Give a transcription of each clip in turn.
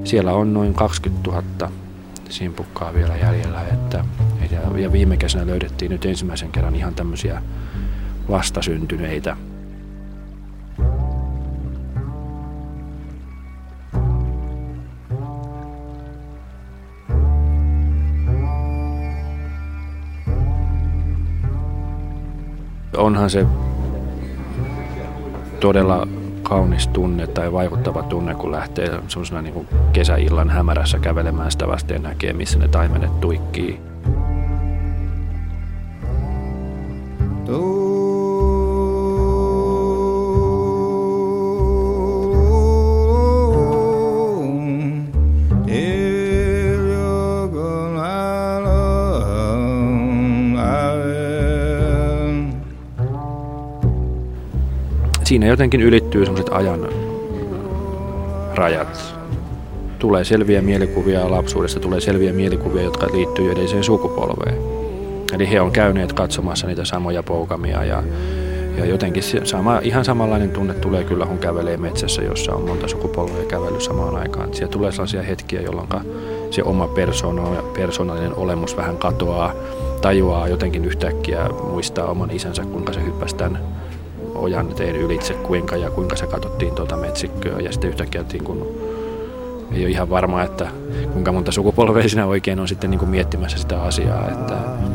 Siellä on noin 20 000 simpukkaa vielä jäljellä, ja viime kesänä löydettiin nyt ensimmäisen kerran ihan tämmöisiä vastasyntyneitä. Onhan se todella kaunis tunne tai vaikuttava tunne, kun lähtee sellaisena niin kuin kesäillan hämärässä kävelemään sitä vasten ja näkee, missä ne taimenet tuikkii. Siinä jotenkin ylittyy sellaiset ajan rajat. Tulee selviä mielikuvia lapsuudesta, tulee selviä mielikuvia, jotka liittyy edelliseen sukupolveen. Eli he on käyneet katsomassa niitä samoja poukamia ja jotenkin ihan samanlainen tunne tulee kyllä, kun kävelee metsässä, jossa on monta sukupolvea kävellyt samaan aikaan. Siellä tulee sellaisia hetkiä, jolloin se oma persoonallinen olemus vähän katoaa, tajuaa jotenkin yhtäkkiä, muistaa oman isänsä, kuinka se hyppäsi tämän ojan teen ylitse, kuinka se katsottiin tuota metsikköä, ja sitten yhtäkkiä ei ole ihan varma, että kuinka monta sukupolvea siinä oikein on sitten niin kuin miettimässä sitä asiaa. Että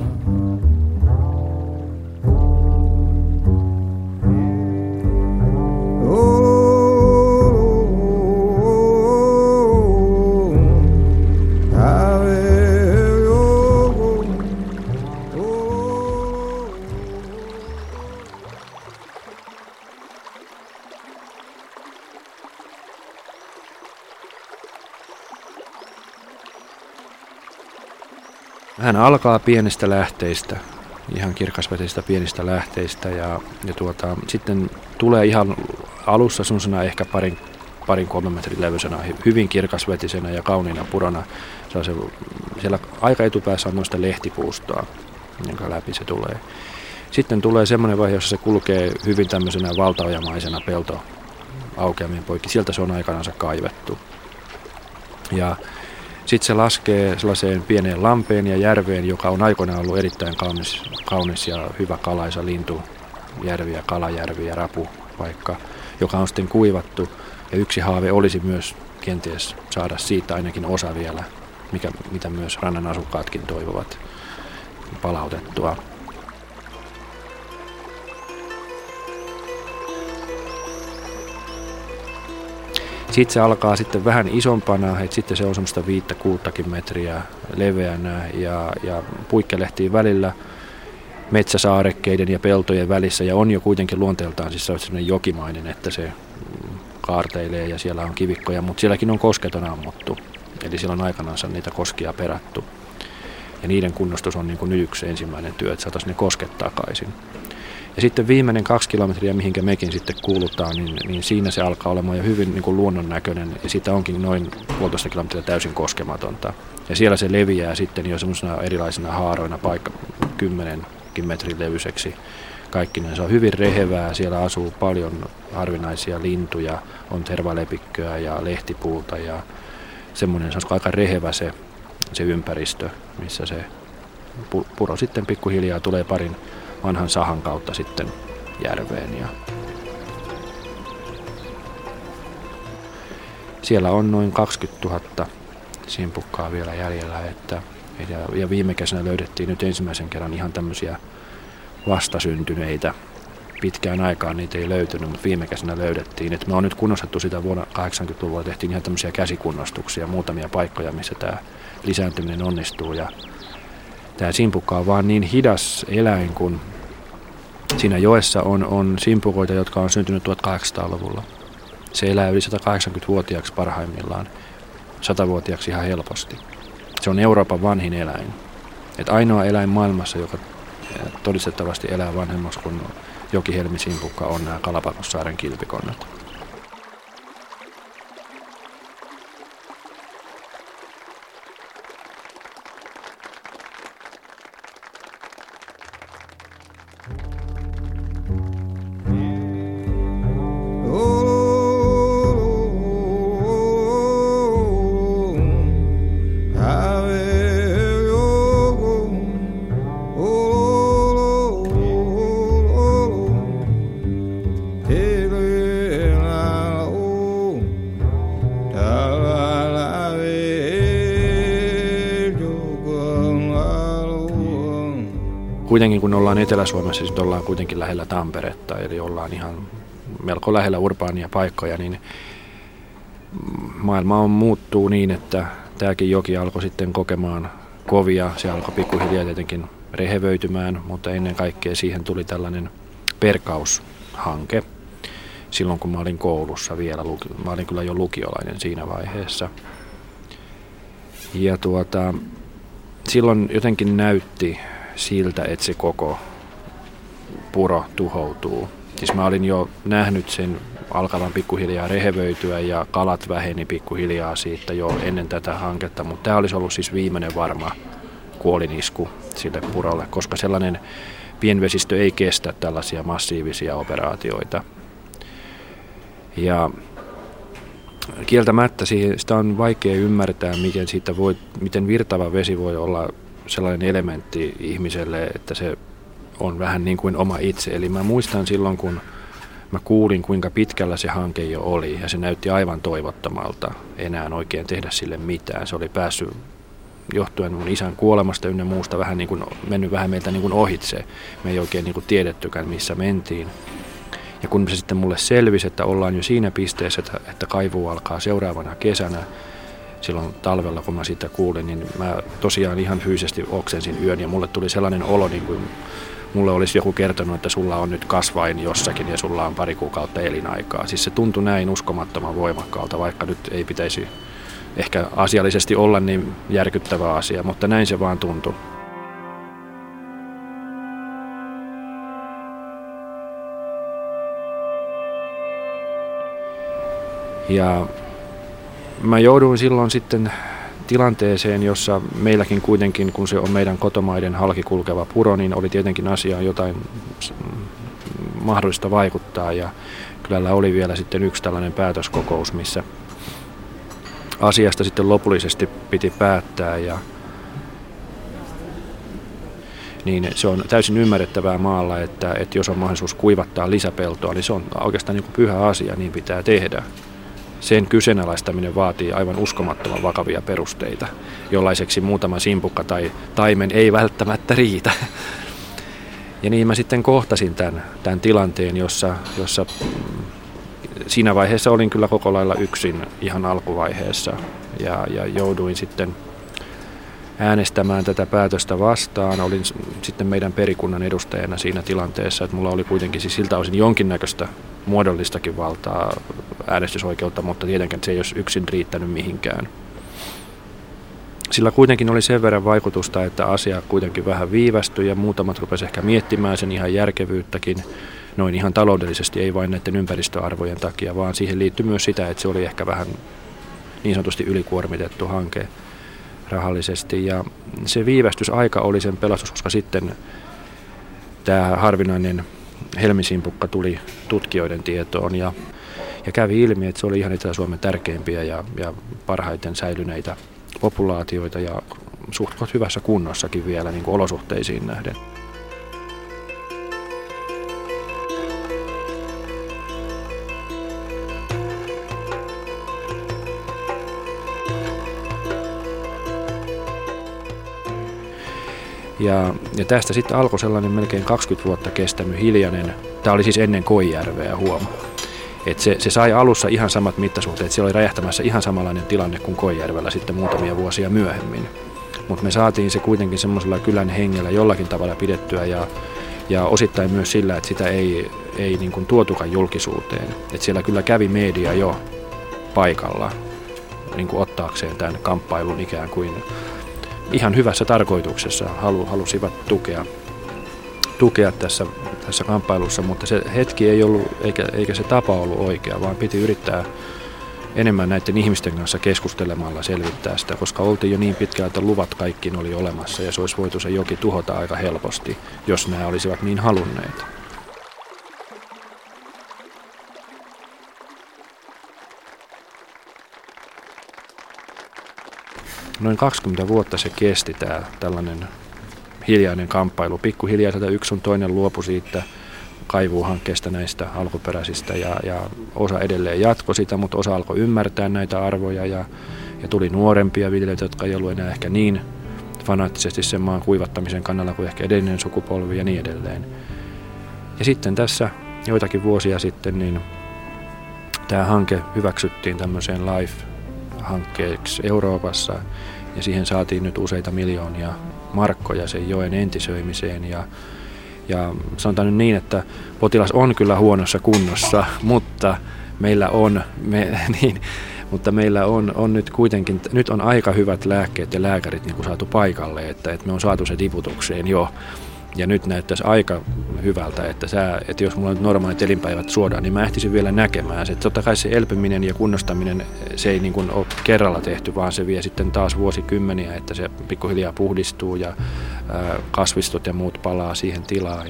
hän alkaa pienistä lähteistä, ihan kirkasvetisistä pienistä lähteistä ja sitten tulee ihan alussa semmoisena ehkä parin 3 metrin levyisenä, hyvin kirkasvetisenä ja kauniina purona. Siellä aika etupäässä on noista lehtipuustoa, jonka läpi se tulee. Sitten tulee semmoinen vaihe, jossa se kulkee hyvin tämmöisenä valtaojamaisena peltoaukeamien poikki. Sieltä se on aikanaan kaivettu. Ja sitten se laskee sellaiseen pieneen lampeen ja järveen, joka on aikoinaan ollut erittäin kaunis ja hyvä kalaisa lintujärvi ja kalajärvi ja rapupaikka, joka on sitten kuivattu. Ja yksi haave olisi myös kenties saada siitä ainakin osa vielä, mitä myös rannan asukkaatkin toivovat, palautettua. Sitten se alkaa sitten vähän isompana, että sitten se on semmoista 5-6 metriä leveänä ja puikkelehtii välillä metsäsaarekkeiden ja peltojen välissä ja on jo kuitenkin luonteeltaan siis sellainen jokimainen, että se kaarteilee ja siellä on kivikkoja, mutta sielläkin on kosketon ammuttu. Eli siellä on aikanaan niitä koskia perattu. Ja niiden kunnostus on niin kuin nyt yksi ensimmäinen työ, että saataisiin ne kosket takaisin. Ja sitten viimeinen 2 kilometriä, mihinkä mekin sitten kuulutaan, niin siinä se alkaa olemaan jo hyvin niin kuin luonnonnäköinen. Ja siitä onkin noin 1,5 kilometriä täysin koskematonta. Ja siellä se leviää sitten jo semmoisena erilaisina haaroina 10 metrin levyiseksi. Kaikkineen se on hyvin rehevää, siellä asuu paljon harvinaisia lintuja, on tervalepikköä ja lehtipuuta ja semmoinen se on aika rehevä se ympäristö, missä se puro sitten pikkuhiljaa tulee parin vanhan sahan kautta sitten järveen. Ja siellä on noin 20 000 simpukkaa vielä jäljellä, ja viime kesänä löydettiin nyt ensimmäisen kerran ihan tämmöisiä vastasyntyneitä. Pitkään aikaan niitä ei löytynyt, mutta viime kesänä löydettiin. Et me on nyt kunnostettu sitä vuonna 80-luvulla, tehtiin ihan tämmöisiä käsikunnostuksia, muutamia paikkoja, missä tämä lisääntyminen onnistuu. Ja tämä simpukka on vaan niin hidas eläin, kun siinä joessa on simpukoita, jotka on syntynyt 1800-luvulla. Se elää yli 180-vuotiaaksi parhaimmillaan, 100-vuotiaaksi ihan helposti. Se on Euroopan vanhin eläin. Et ainoa eläin maailmassa, joka todistettavasti elää vanhemmaksi kuin jokihelmisimpukka, on nämä Galapagossaaren kilpikonnat. kuitenkin kun ollaan Etelä-Suomessa, sitten ollaan kuitenkin lähellä Tamperetta, eli ollaan ihan melko lähellä urbaania paikkoja, niin maailma muuttuu niin, että tämäkin joki alkoi sitten kokemaan kovia. Se alkoi pikkuhiljaa tietenkin rehevöitymään, mutta ennen kaikkea siihen tuli tällainen perkaushanke. Silloin kun mä olin koulussa vielä, mä olin kyllä jo lukiolainen siinä vaiheessa. Ja silloin jotenkin näytti siltä, että se koko puro tuhoutuu. Siis mä olin jo nähnyt sen alkavan pikkuhiljaa rehevöityä ja kalat väheni pikkuhiljaa siitä jo ennen tätä hanketta, mutta tämä olisi ollut siis viimeinen varma kuolinisku sille purolle, koska sellainen pienvesistö ei kestä tällaisia massiivisia operaatioita. Ja kieltämättä sitä on vaikea ymmärtää, miten virtaava vesi voi olla sellainen elementti ihmiselle, että se on vähän niin kuin oma itse. Eli mä muistan silloin, kun mä kuulin, kuinka pitkällä se hanke jo oli, ja se näytti aivan toivottomalta enää oikein tehdä sille mitään. Se oli päässyt johtuen mun isän kuolemasta ynnä muusta vähän niin kuin mennyt vähän meiltä niin kuin ohitse. Me ei oikein niin kuin tiedettykään, missä mentiin. Ja kun se sitten mulle selvisi, että ollaan jo siinä pisteessä, että kaivu alkaa seuraavana kesänä, silloin talvella, kun mä sitä kuulin, niin mä tosiaan ihan fyysisesti oksensin yön, ja mulle tuli sellainen olo, niin kuin mulle olisi joku kertonut, että sulla on nyt kasvain jossakin ja sulla on 2 kuukautta elinaikaa. Siis se tuntui näin uskomattoman voimakkaalta, vaikka nyt ei pitäisi ehkä asiallisesti olla niin järkyttävä asia, mutta näin se vaan tuntui. Ja mä jouduin silloin sitten tilanteeseen, jossa meilläkin kuitenkin, kun se on meidän kotomaiden halki kulkeva puro, niin oli tietenkin asiaan jotain mahdollista vaikuttaa. Ja kylällä oli vielä sitten yksi tällainen päätöskokous, missä asiasta sitten lopullisesti piti päättää. Ja niin se on täysin ymmärrettävää maalla, että jos on mahdollisuus kuivattaa lisäpeltoa, niin se on oikeastaan niin kuin pyhä asia, niin pitää tehdä. Sen kyseenalaistaminen vaatii aivan uskomattoman vakavia perusteita, jollaiseksi muutama simpukka tai taimen ei välttämättä riitä. Ja niin mä sitten kohtasin tämän tilanteen, jossa siinä vaiheessa olin kyllä koko lailla yksin ihan alkuvaiheessa ja jouduin sitten äänestämään tätä päätöstä vastaan. Olin sitten meidän perikunnan edustajana siinä tilanteessa, että mulla oli kuitenkin siis siltä osin jonkinnäköistä muodollistakin valtaa, äänestysoikeutta, mutta tietenkään se ei olisi yksin riittänyt mihinkään. Sillä kuitenkin oli sen verran vaikutusta, että asia kuitenkin vähän viivästyi ja muutamat rupesivat ehkä miettimään sen ihan järkevyyttäkin, noin ihan taloudellisesti, ei vain näiden ympäristöarvojen takia, vaan siihen liittyi myös sitä, että se oli ehkä vähän niin sanotusti ylikuormitettu hanke rahallisesti. Ja se viivästysaika oli sen pelastus, koska sitten tämä harvinainen helmisimpukka tuli tutkijoiden tietoon ja kävi ilmi, että se oli ihan Etelä-Suomen tärkeimpiä ja parhaiten säilyneitä populaatioita ja suht hyvässä kunnossakin vielä niin kuin olosuhteisiin nähden. Ja tästä sitten alkoi sellainen melkein 20 vuotta kestänyt hiljainen, tämä oli siis ennen Koijärveä, että se sai alussa ihan samat mittasuhteet, siellä oli räjähtämässä ihan samanlainen tilanne kuin Koijärvellä sitten muutamia vuosia myöhemmin. Mutta me saatiin se kuitenkin semmoisella kylän hengellä jollakin tavalla pidettyä ja osittain myös sillä, että sitä ei niin kuin tuotukaan julkisuuteen. Että siellä kyllä kävi media jo paikalla niin kuin ottaakseen tämän kamppailun ikään kuin ihan hyvässä tarkoituksessa halusivat tukea tässä kamppailussa, mutta se hetki ei ollut, eikä se tapa ollut oikea, vaan piti yrittää enemmän näiden ihmisten kanssa keskustelemalla selvittää sitä, koska oltiin jo niin pitkällä, että luvat kaikkiin oli olemassa ja se olisi voitu se joki tuhota aika helposti, jos nämä olisivat niin halunneet. Noin 20 vuotta se kesti tällainen hiljainen kamppailu. Pikkuhiljaa sieltä yksi sun toinen luopui siitä kaivuuhankkeesta näistä alkuperäisistä ja osa edelleen jatkoi sitä, mutta osa alkoi ymmärtää näitä arvoja ja tuli nuorempia viljelijöitä, jotka ei ollut enää ehkä niin fanaattisesti sen maan kuivattamisen kannalla kuin ehkä edellinen sukupolvi ja niin edelleen. Ja sitten tässä joitakin vuosia sitten niin tämä hanke hyväksyttiin tämmöiseen LIFE-hankkeeksi Euroopassa ja siihen saatiin nyt useita miljoonia markkoja sen joen entisöimiseen ja sanotaan nyt niin, että potilas on kyllä huonossa kunnossa, mutta meillä on nyt kuitenkin, nyt on aika hyvät lääkkeet ja lääkärit niin kuin saatu paikalle, että me on saatu se tiputukseen jo. Ja nyt näyttäisi aika hyvältä, että jos mulla on nyt normaalit elinpäivät suodaan, niin mä ehtisin vielä näkemään se. Että totta kai se elpyminen ja kunnostaminen, se ei niin kuin ole kerralla tehty, vaan se vie sitten taas vuosikymmeniä, että se pikkuhiljaa puhdistuu ja kasvistot ja muut palaa siihen tilaan.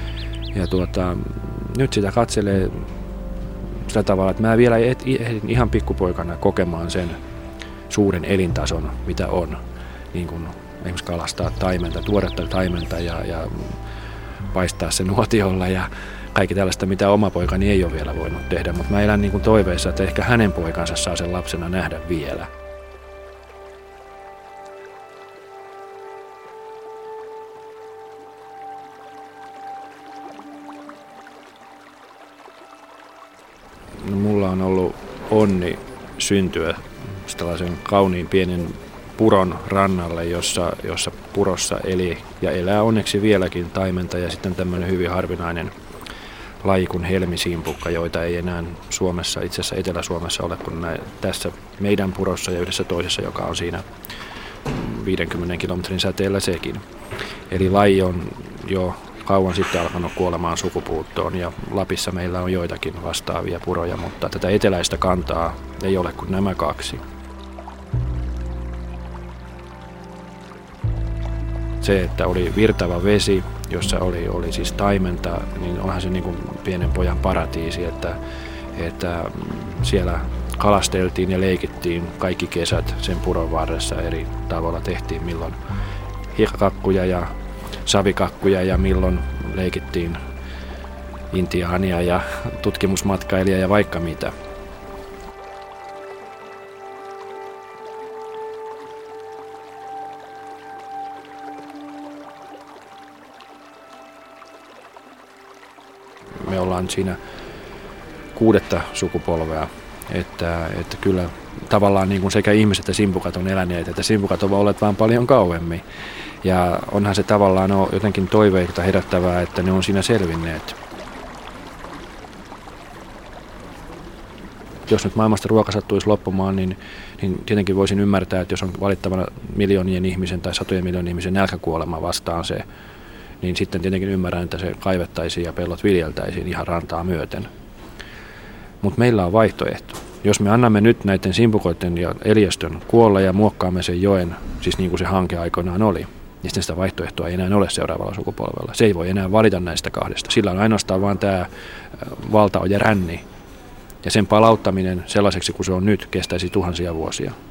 Nyt sitä katselee sillä tavalla, että mä vielä ehdin ihan pikkupoikana kokemaan sen suuren elintason, mitä on. Niin kuin esimerkiksi kalastaa taimenta, tuoretta taimenta ja paistaa se nuotiolla ja kaikki tällaista, mitä oma poikani ei ole vielä voinut tehdä. Mutta mä elän niin kuin toiveissa, että ehkä hänen poikansa saa sen lapsena nähdä vielä. No, mulla on ollut onni syntyä tällaisen kauniin pienen puron rannalle, jossa purossa eli ja elää onneksi vieläkin taimenta ja sitten tämmöinen hyvin harvinainen laji kuin helmisimpukka, joita ei enää Suomessa, itse asiassa Etelä-Suomessa ole kuin tässä meidän purossa ja yhdessä toisessa, joka on siinä 50 kilometrin säteellä sekin. Eli laji on jo kauan sitten alkanut kuolemaan sukupuuttoon ja Lapissa meillä on joitakin vastaavia puroja, mutta tätä eteläistä kantaa ei ole kuin nämä kaksi. Se, että oli virtava vesi, jossa oli siis taimenta, niin onhan se niin kuin pienen pojan paratiisi, että siellä kalasteltiin ja leikittiin kaikki kesät sen puron varressa eri tavalla. Tehtiin milloin hiekakakkuja ja savikakkuja ja milloin leikittiin intiaania ja tutkimusmatkailija ja vaikka mitä. Me ollaan siinä 6. sukupolvea, että kyllä tavallaan niin kuin sekä ihmiset että simpukat on eläneet, että simpukat ovat olleet vaan paljon kauemmin. Ja onhan se tavallaan jotenkin toiveita herättävää, että ne on siinä selvinneet. Jos nyt maailmasta ruoka sattuisi loppumaan, niin tietenkin voisin ymmärtää, että jos on valittavana miljoonien ihmisen tai satojen miljoonien ihmisen nälkäkuolema vastaan se, niin sitten tietenkin ymmärrän, että se kaivettaisiin ja pellot viljeltäisiin ihan rantaa myöten. Mutta meillä on vaihtoehto. Jos me annamme nyt näiden simpukoiden ja eliöstön kuolla ja muokkaamme sen joen, siis niin kuin se hanke aikoinaan oli, niin sitten sitä vaihtoehtoa ei enää ole seuraavalla sukupolvella. Se ei voi enää valita näistä kahdesta. Sillä on ainoastaan vain tämä valtaoja ränni. Ja sen palauttaminen sellaiseksi kuin se on nyt kestäisi tuhansia vuosia.